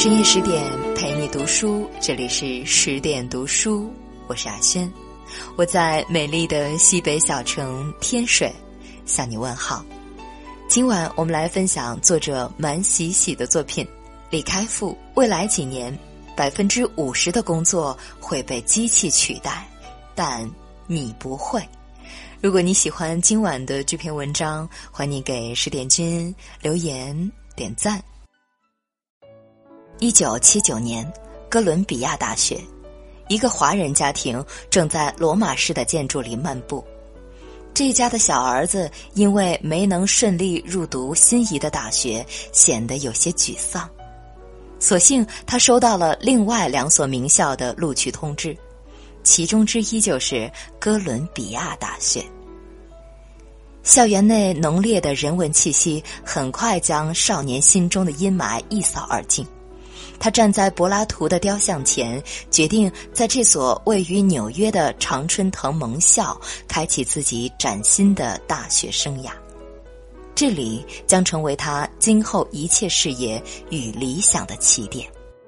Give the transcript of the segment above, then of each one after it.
深夜10点陪你读书，这里是10点读书，我是阿轩，我在美丽的西北小城天水向你问好。今晚我们来分享作者满喜喜的作品。李开复，未来几年50%的工作会被机器取代，但你不会。如果你喜欢今晚的这篇文章，欢迎你给10点君留言点赞。1979年，哥伦比亚大学，一个华人家庭正在罗马式的建筑里漫步。这家的小儿子因为没能顺利入读心仪的大学，显得有些沮丧。所幸他收到了另外2所名校的录取通知，其中之一就是哥伦比亚大学。校园内浓烈的人文气息很快将少年心中的阴霾一扫而尽。他站在柏拉图的雕像前，决定在这所位于纽约的常春藤盟校开启自己崭新的大学生涯。这里将成为他今后一切事业与理想的起点。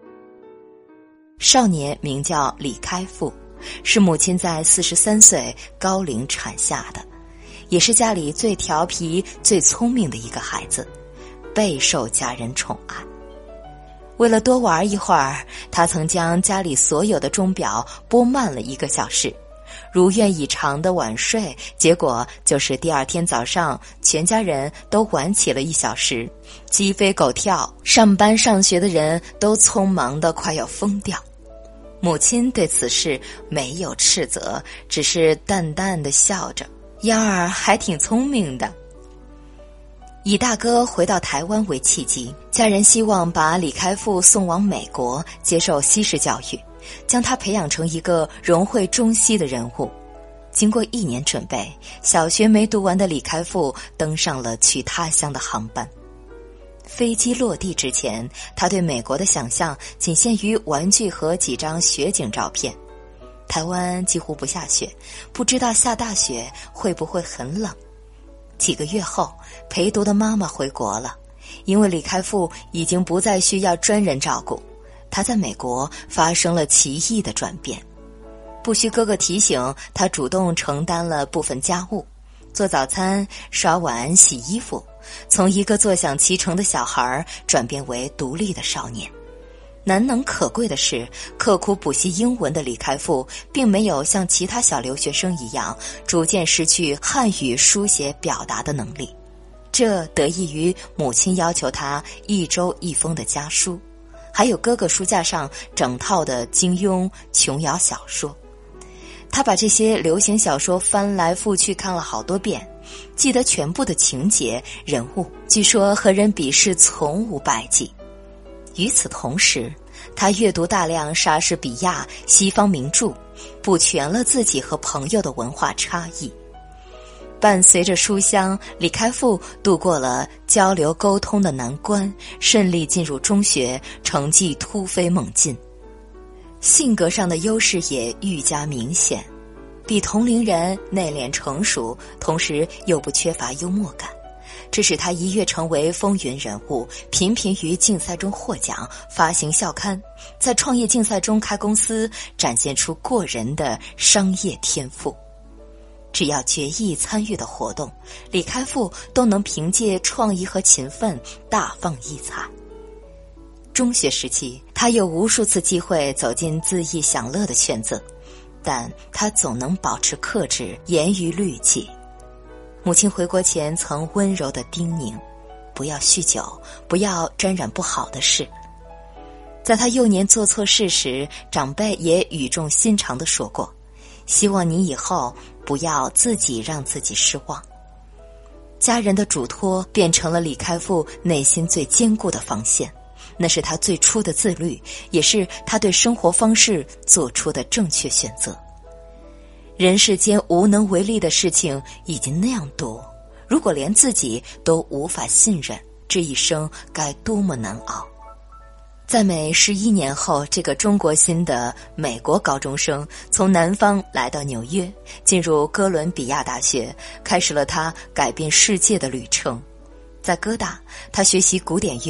少年名叫李开复，是母亲在43岁高龄产下的，也是家里最调皮最聪明的一个孩子，备受家人宠爱。为了多玩一会儿，他曾将家里所有的钟表拨慢了1个小时，如愿以偿的晚睡，结果就是第2天早上全家人都晚起了1小时，鸡飞狗跳，上班上学的人都匆忙得快要疯掉。母亲对此事没有斥责，只是淡淡地笑着，幺儿还挺聪明的。以大哥回到台湾为契机，家人希望把李开复送往美国接受西式教育，将他培养成一个融汇中西的人物。经过1年准备，小学没读完的李开复登上了去他乡的航班。飞机落地之前，他对美国的想象仅限于玩具和几张雪景照片。台湾几乎不下雪，不知道下大雪会不会很冷。几个月后，陪读的妈妈回国了，因为李开复已经不再需要专人照顾，他在美国发生了奇异的转变。不需哥哥提醒，他主动承担了部分家务，做早餐、刷碗、洗衣服，从一个坐享其成的小孩转变为独立的少年。难能可贵的是，刻苦补习英文的李开复并没有像其他小留学生一样逐渐失去汉语书写表达的能力，这得益于母亲要求他1周1封的家书，还有哥哥书架上整套的金庸、琼瑶小说。他把这些流行小说翻来覆去看了好多遍，记得全部的情节、人物，据说和人比试从无败绩。与此同时，他阅读大量莎士比亚、西方名著，补全了自己和朋友的文化差异。伴随着书香，李开复度过了交流沟通的难关，顺利进入中学，成绩突飞猛进。性格上的优势也愈加明显，比同龄人内敛成熟，同时又不缺乏幽默感。这使他一跃成为风云人物，频频于竞赛中获奖，发行校刊，在创业竞赛中开公司，展现出过人的商业天赋。只要决意参与的活动，李开复都能凭借创意和勤奋大放异彩。中学时期，他有无数次机会走进恣意享乐的圈子，但他总能保持克制，严于律己。母亲回国前曾温柔地叮咛，不要酗酒，不要沾染不好的事。在他幼年做错事时，长辈也语重心长地说过，希望你以后不要自己让自己失望。家人的嘱托变成了李开复内心最坚固的防线，那是他最初的自律，也是他对生活方式做出的正确选择。人世间无能为力的事情已经那样多，如果连自己都无法信任，这一生该多么难熬。在美11年后，这个中国心的美国高中生从南方来到纽约，进入哥伦比亚大学，开始了他改变世界的旅程。在哥大，他学习古典乐，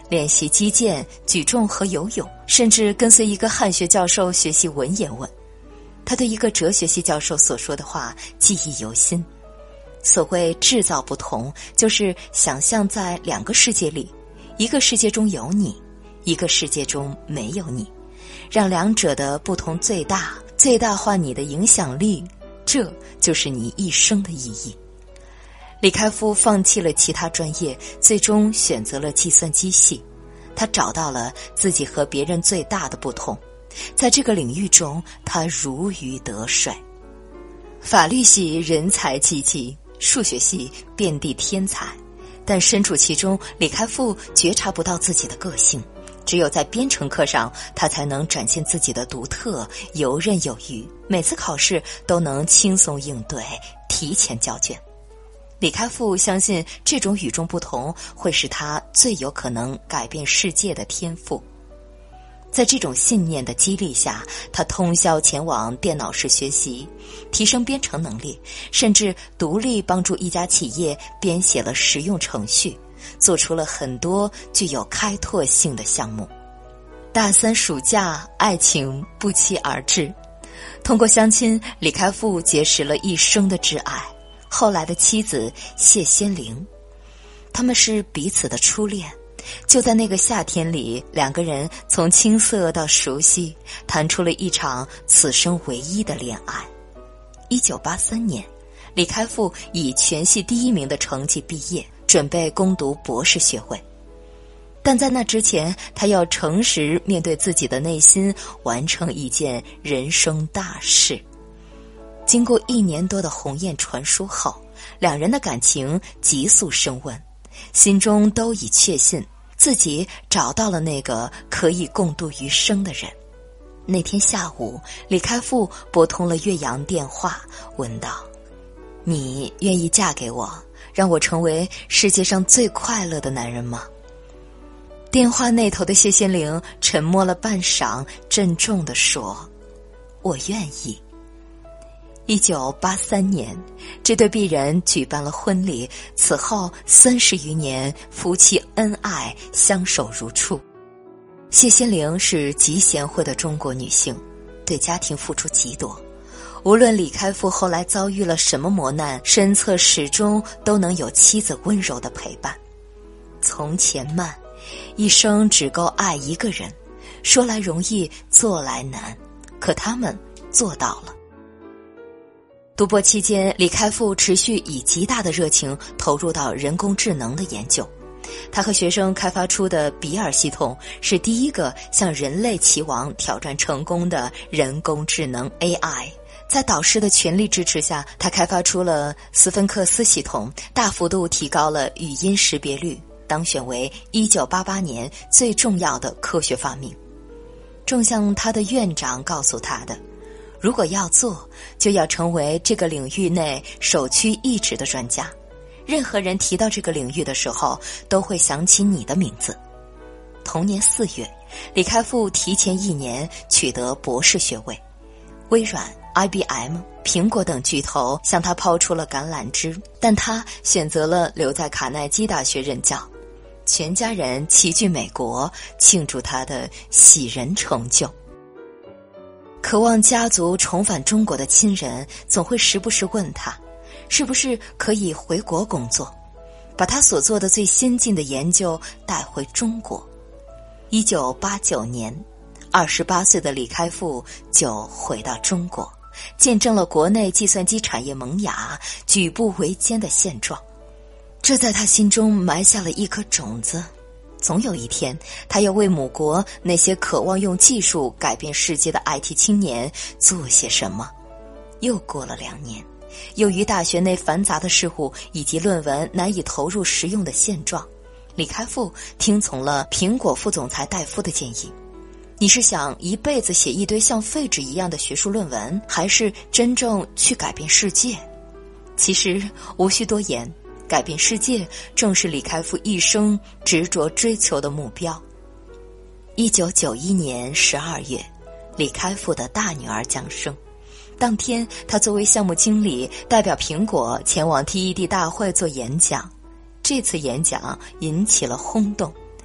练习击剑、举重和游泳，甚至跟随一个汉学教授学习文言文。他对一个哲学系教授所说的话记忆犹新。所谓制造不同，就是想象在两个世界里，一个世界中有你，一个世界中没有你，让两者的不同最大化你的影响力，这就是你一生的意义。李开复放弃了其他专业，最终选择了计算机系。他找到了自己和别人最大的不同，在这个领域中，他如鱼得水。法律系人才济济，数学系遍地天才，但身处其中，李开复觉察不到自己的个性。只有在编程课上，他才能展现自己的独特，游刃有余，每次考试都能轻松应对，提前交卷。李开复相信这种与众不同会是他最有可能改变世界的天赋。在这种信念的激励下，他通宵前往电脑室学习，提升编程能力，甚至独立帮助一家企业编写了实用程序，做出了很多具有开拓性的项目。大三暑假，爱情不期而至。通过相亲，李开复结识了一生的挚爱，后来的妻子谢仙龄。他们是彼此的初恋。就在那个夏天里，两个人从青涩到熟悉，谈出了一场此生唯一的恋爱。1983年，李开复以全系第1名的成绩毕业，准备攻读博士学位。但在那之前，他要诚实面对自己的内心，完成一件人生大事。经过1年多的鸿雁传书后，两人的感情急速升温，心中都已确信自己找到了那个可以共度余生的人。那天下午，李开复拨通了岳阳电话，问道：“你愿意嫁给我，让我成为世界上最快乐的男人吗？”电话那头的谢仙龄沉默了半晌，郑重地说：“我愿意。”1983年，这对璧人举办了婚礼，此后30余年，夫妻恩爱，相守如初。谢仙龄是极贤惠的中国女性，对家庭付出极多。无论李开复后来遭遇了什么磨难，身侧始终都能有妻子温柔的陪伴。从前慢，一生只够爱一个人，说来容易，做来难，可他们做到了。读博期间，李开复持续以极大的热情投入到人工智能的研究。他和学生开发出的比尔系统是第一个向人类棋王挑战成功的人工智能 AI。在导师的全力支持下，他开发出了斯芬克斯系统，大幅度提高了语音识别率，当选为1988年最重要的科学发明。正像他的院长告诉他的，如果要做，就要成为这个领域内首屈一指的专家。任何人提到这个领域的时候，都会想起你的名字。同年4月，李开复提前1年取得博士学位。微软、IBM、苹果等巨头向他抛出了橄榄枝，但他选择了留在卡耐基大学任教。全家人齐聚美国，庆祝他的喜人成就。渴望家族重返中国的亲人总会时不时问他，是不是可以回国工作，把他所做的最先进的研究带回中国。1989年，28岁的李开复就回到中国，见证了国内计算机产业萌芽、举步维艰的现状。这在他心中埋下了一颗种子，总有一天，他要为母国那些渴望用技术改变世界的 IT 青年做些什么。又过了2年，由于大学内繁杂的事务以及论文难以投入实用的现状，李开复听从了苹果副总裁戴夫的建议。你是想一辈子写一堆像废纸一样的学术论文，还是真正去改变世界？其实无需多言，改变世界正是李开复一生执着追求的目标。1991年12月，李开复的大女儿降生。当天，他作为项目经理，代表苹果前往 TED 大会做演讲。这次演讲引起了轰动，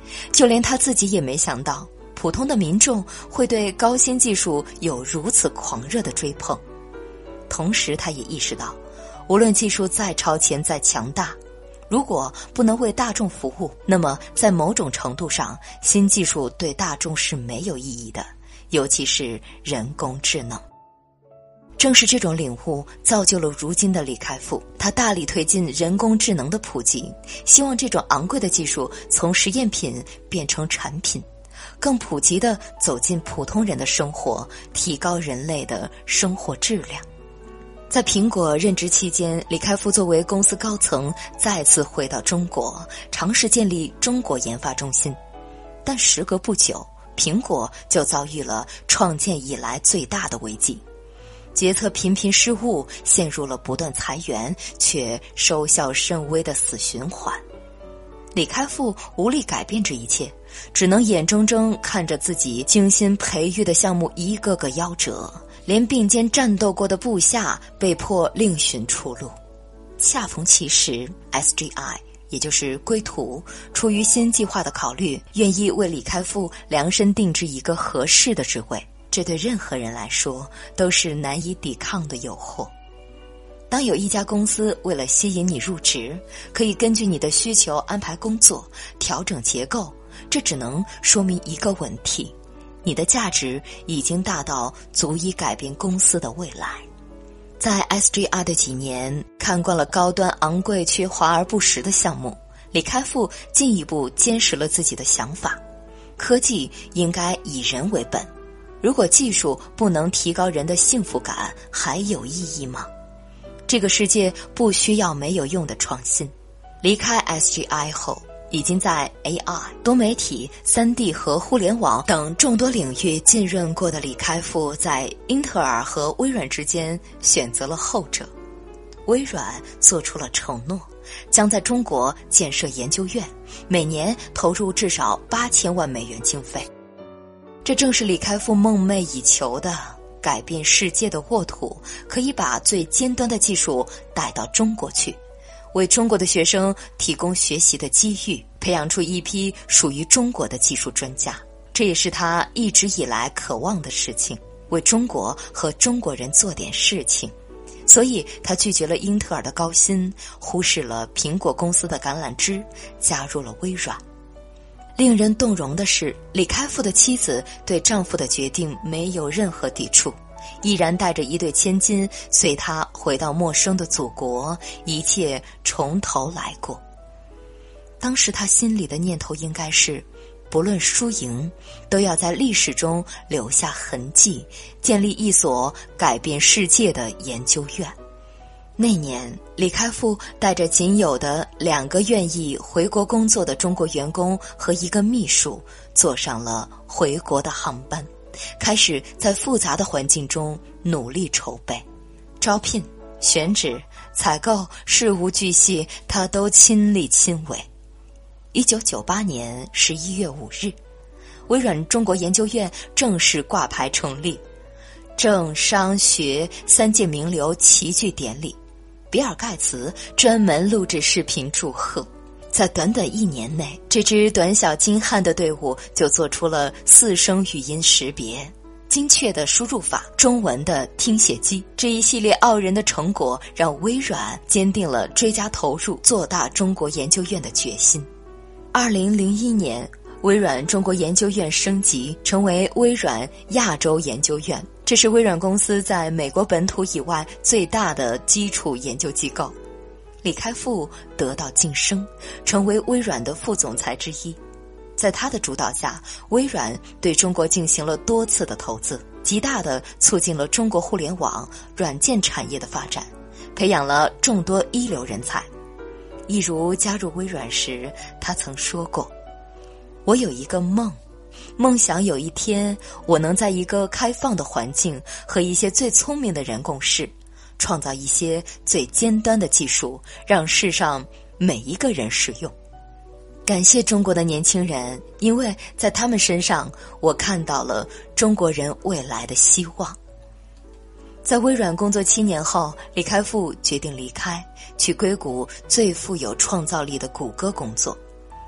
就连他自己也没想到，普通的民众会对高新技术有如此狂热的追捧。同时他也意识到，无论技术再超前再强大，如果不能为大众服务，那么在某种程度上，新技术对大众是没有意义的，尤其是人工智能。正是这种领悟造就了如今的李开复，他大力推进人工智能的普及，希望这种昂贵的技术从实验品变成产品，更普及地走进普通人的生活，提高人类的生活质量。在苹果任职期间，李开复作为公司高层再次回到中国，尝试建立中国研发中心。但时隔不久，苹果就遭遇了创建以来最大的危机，决策频频失误，陷入了不断裁员却收效甚微的死循环。李开复无力改变这一切，只能眼睁睁看着自己精心培育的项目一个个夭折，连并肩战斗过的部下被迫另寻出路。恰逢其时， SGI 也就是归途，出于新计划的考虑，愿意为李开复量身定制一个合适的职位，这对任何人来说都是难以抵抗的诱惑。当有一家公司为了吸引你入职，可以根据你的需求安排工作，调整结构，这只能说明一个问题：你的价值已经大到足以改变公司的未来。在 SGI 的几年，看惯了高端昂贵却华而不实的项目，李开复进一步坚实了自己的想法：科技应该以人为本，如果技术不能提高人的幸福感，还有意义吗？这个世界不需要没有用的创新。离开 SGI 后，已经在 AI、多媒体、3D 和互联网等众多领域浸润过的李开复，在英特尔和微软之间选择了后者。微软做出了承诺，将在中国建设研究院，每年投入至少8000万美元经费。这正是李开复梦寐以求的改变世界的沃土，可以把最尖端的技术带到中国去，为中国的学生提供学习的机遇，培养出一批属于中国的技术专家。这也是他一直以来渴望的事情，为中国和中国人做点事情。所以他拒绝了英特尔的高薪，忽视了苹果公司的橄榄枝，加入了微软。令人动容的是，李开复的妻子对丈夫的决定没有任何抵触，毅然带着一对千金随他回到陌生的祖国，一切从头来过。当时他心里的念头应该是，不论输赢，都要在历史中留下痕迹，建立一所改变世界的研究院。那年，李开复带着仅有的2个愿意回国工作的中国员工和1个秘书，坐上了回国的航班，开始在复杂的环境中努力筹备。招聘、选址、采购，事无巨细，他都亲力亲为。1998年11月5日，微软中国研究院正式挂牌成立，政商学3界名流齐聚典礼。比尔盖茨专门录制视频祝贺。在短短1年内，这支短小精悍的队伍就做出了4声语音识别、精确的输入法、中文的听写机。这一系列傲人的成果让微软坚定了追加投入做大中国研究院的决心。2001年，微软中国研究院升级成为微软亚洲研究院，这是微软公司在美国本土以外最大的基础研究机构。李开复得到晋升，成为微软的副总裁之一。在他的主导下，微软对中国进行了多次的投资，极大地促进了中国互联网、软件产业的发展，培养了众多一流人才。一如加入微软时，他曾说过：“我有一个梦想有一天我能在一个开放的环境和一些最聪明的人共事，创造一些最尖端的技术，让世上每一个人使用。”感谢中国的年轻人，因为在他们身上，我看到了中国人未来的希望。在微软工作7年后，李开复决定离开，去硅谷最富有创造力的谷歌工作。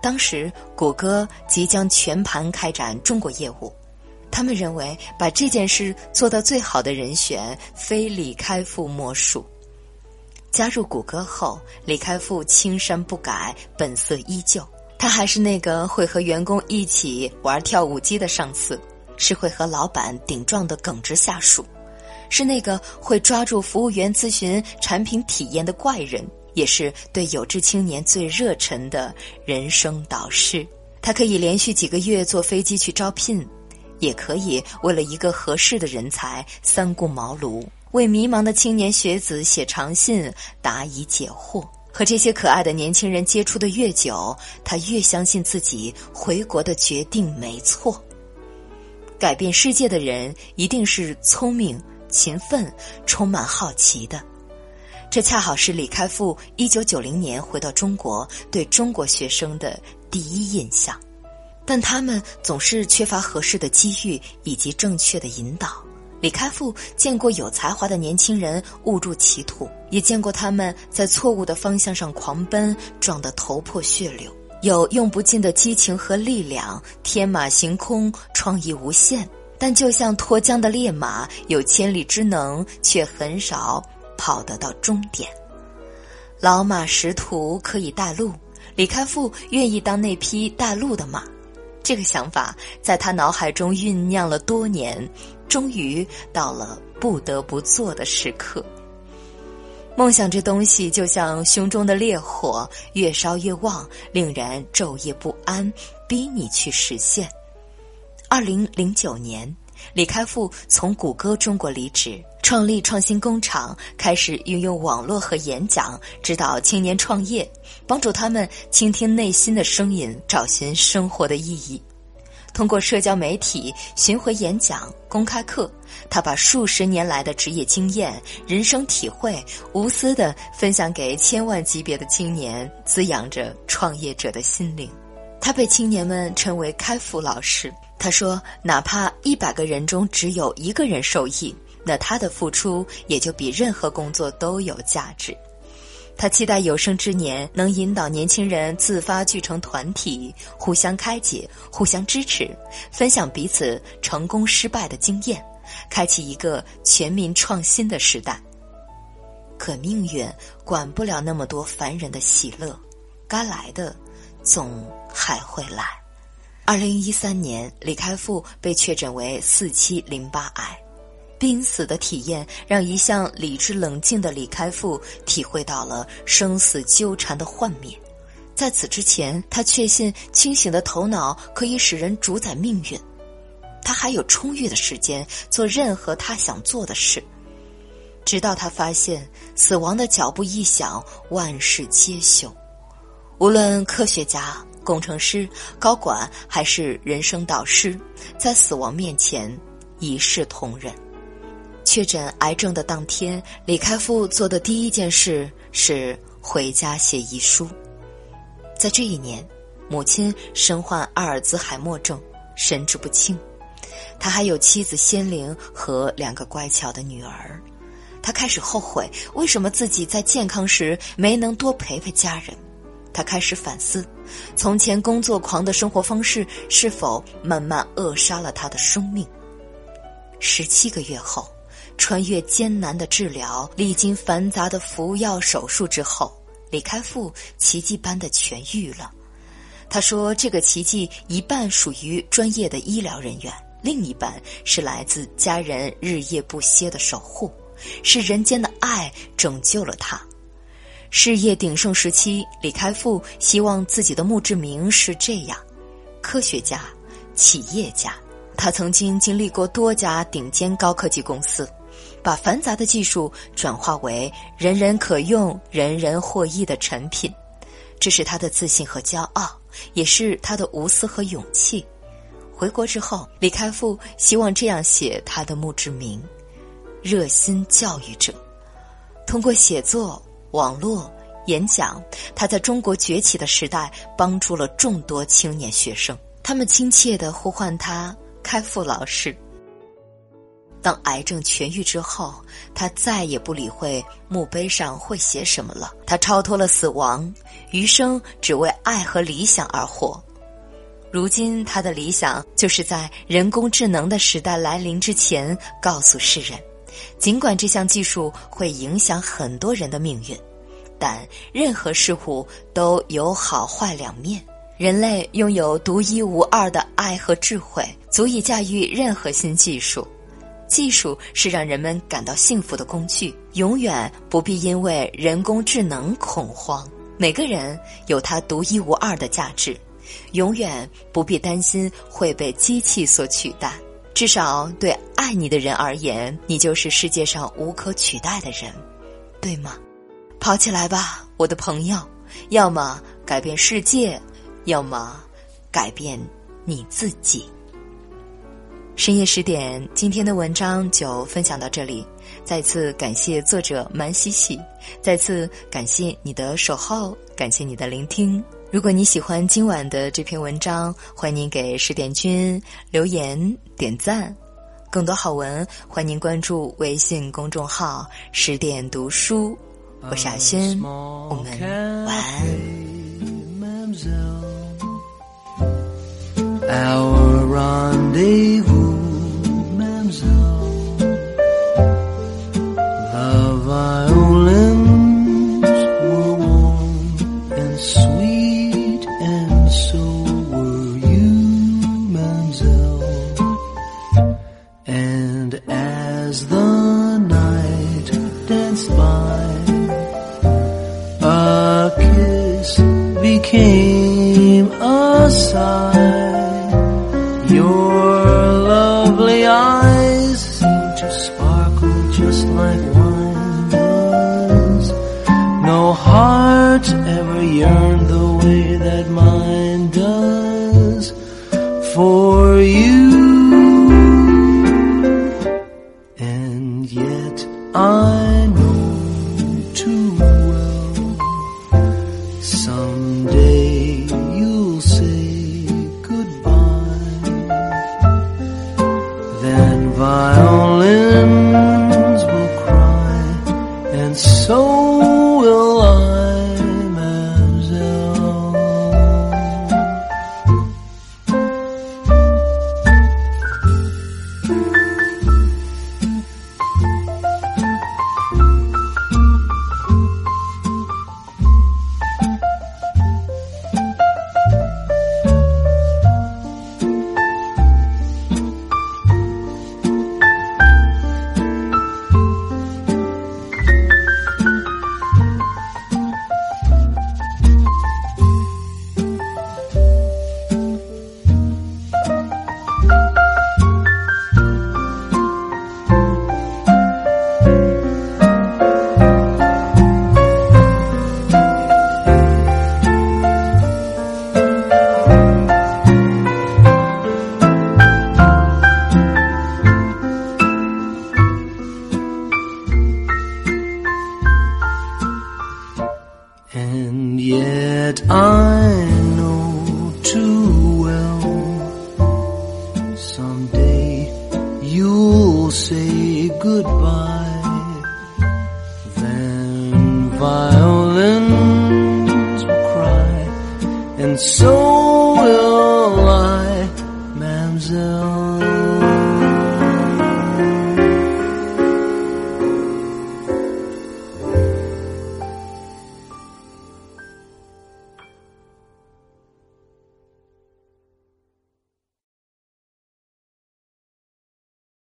当时谷歌即将全盘开展中国业务，他们认为把这件事做到最好的人选非李开复莫属。加入谷歌后，李开复青山不改，本色依旧。他还是那个会和员工一起玩跳舞机的上司，是会和老板顶撞的耿直下属，是那个会抓住服务员咨询产品体验的怪人，也是对有志青年最热忱的人生导师。他可以连续几个月坐飞机去招聘，也可以为了一个合适的人才三顾茅庐，为迷茫的青年学子写长信答疑解惑。和这些可爱的年轻人接触的越久，他越相信自己回国的决定没错。改变世界的人一定是聪明、勤奋、充满好奇的。这恰好是李开复1990年回到中国对中国学生的第一印象。但他们总是缺乏合适的机遇以及正确的引导。李开复见过有才华的年轻人误入歧途，也见过他们在错误的方向上狂奔，撞得头破血流。有用不尽的激情和力量，天马行空，创意无限。但就像脱缰的烈马，有千里之能，却很少跑得到终点。老马识途可以带路，李开复愿意当那匹带路的马。这个想法在他脑海中酝酿了多年，终于到了不得不做的时刻。梦想这东西就像胸中的烈火，越烧越旺，令人昼夜不安，逼你去实现。2009年，李开复从谷歌中国离职，创立创新工厂，开始运用网络和演讲指导青年创业，帮助他们倾听内心的声音，找寻生活的意义。通过社交媒体、巡回演讲、公开课，他把数十年来的职业经验、人生体会无私地分享给千万级别的青年，滋养着创业者的心灵。他被青年们称为开复老师。他说，哪怕100个人中只有1个人受益，那他的付出也就比任何工作都有价值。他期待有生之年能引导年轻人自发聚成团体，互相开解，互相支持，分享彼此成功失败的经验，开启一个全民创新的时代。可命运管不了那么多凡人的喜乐，该来的总还会来。2013年，李开复被确诊为4期淋巴癌。濒死的体验让一向理智冷静的李开复体会到了生死纠缠的幻灭。在此之前，他确信清醒的头脑可以使人主宰命运，他还有充裕的时间做任何他想做的事。直到他发现死亡的脚步一响，万事皆休。无论科学家、工程师、高管还是人生导师，在死亡面前一视同仁。确诊癌症的当天，李开复做的第一件事是回家写遗书。在这一年，母亲身患阿尔兹海默症，神志不清。他还有妻子仙灵和2个乖巧的女儿。他开始后悔，为什么自己在健康时没能多陪陪家人。他开始反思，从前工作狂的生活方式是否慢慢扼杀了他的生命。17个月后，穿越艰难的治疗，历经繁杂的服药手术之后，李开复奇迹般的痊愈了。他说，这个奇迹一半属于专业的医疗人员，另一半是来自家人日夜不歇的守护，是人间的爱拯救了他。事业鼎盛时期，李开复希望自己的墓志铭是这样：科学家、企业家。他曾经经历过多家顶尖高科技公司，把繁杂的技术转化为人人可用、人人获益的产品。这是他的自信和骄傲，也是他的无私和勇气。回国之后，李开复希望这样写他的墓志铭：热心教育者。通过写作、网络、演讲，他在中国崛起的时代帮助了众多青年学生，他们亲切地呼唤他开复老师。 当癌症痊愈之后，他再也不理会墓碑上会写什么了。他超脱了死亡，余生只为爱和理想而活。如今他的理想就是在人工智能的时代来临之前告诉世人，尽管这项技术会影响很多人的命运，但任何事物都有好坏两面。人类拥有独一无二的爱和智慧，足以驾驭任何新技术。技术是让人们感到幸福的工具，永远不必因为人工智能恐慌。每个人有他独一无二的价值，永远不必担心会被机器所取代。至少对爱你的人而言，你就是世界上无可取代的人，对吗？跑起来吧，我的朋友，要么改变世界，要么改变你自己。深夜10点，今天的文章就分享到这里。再次感谢作者蛮西西，再次感谢你的守候，感谢你的聆听。如果你喜欢今晚的这篇文章，欢迎您给10点君留言点赞。更多好文，欢迎关注微信公众号10点读书。我是阿轩，我们晚安。 Our rendezvous, Mademoiselle. The violins were warm and sweet, and so were you, Mademoiselle. And as the night danced by, a kiss became a sigh. Your lovely eyes seem to sparkle just like wine does. No heart ever yearned the way that mine does for you. And yet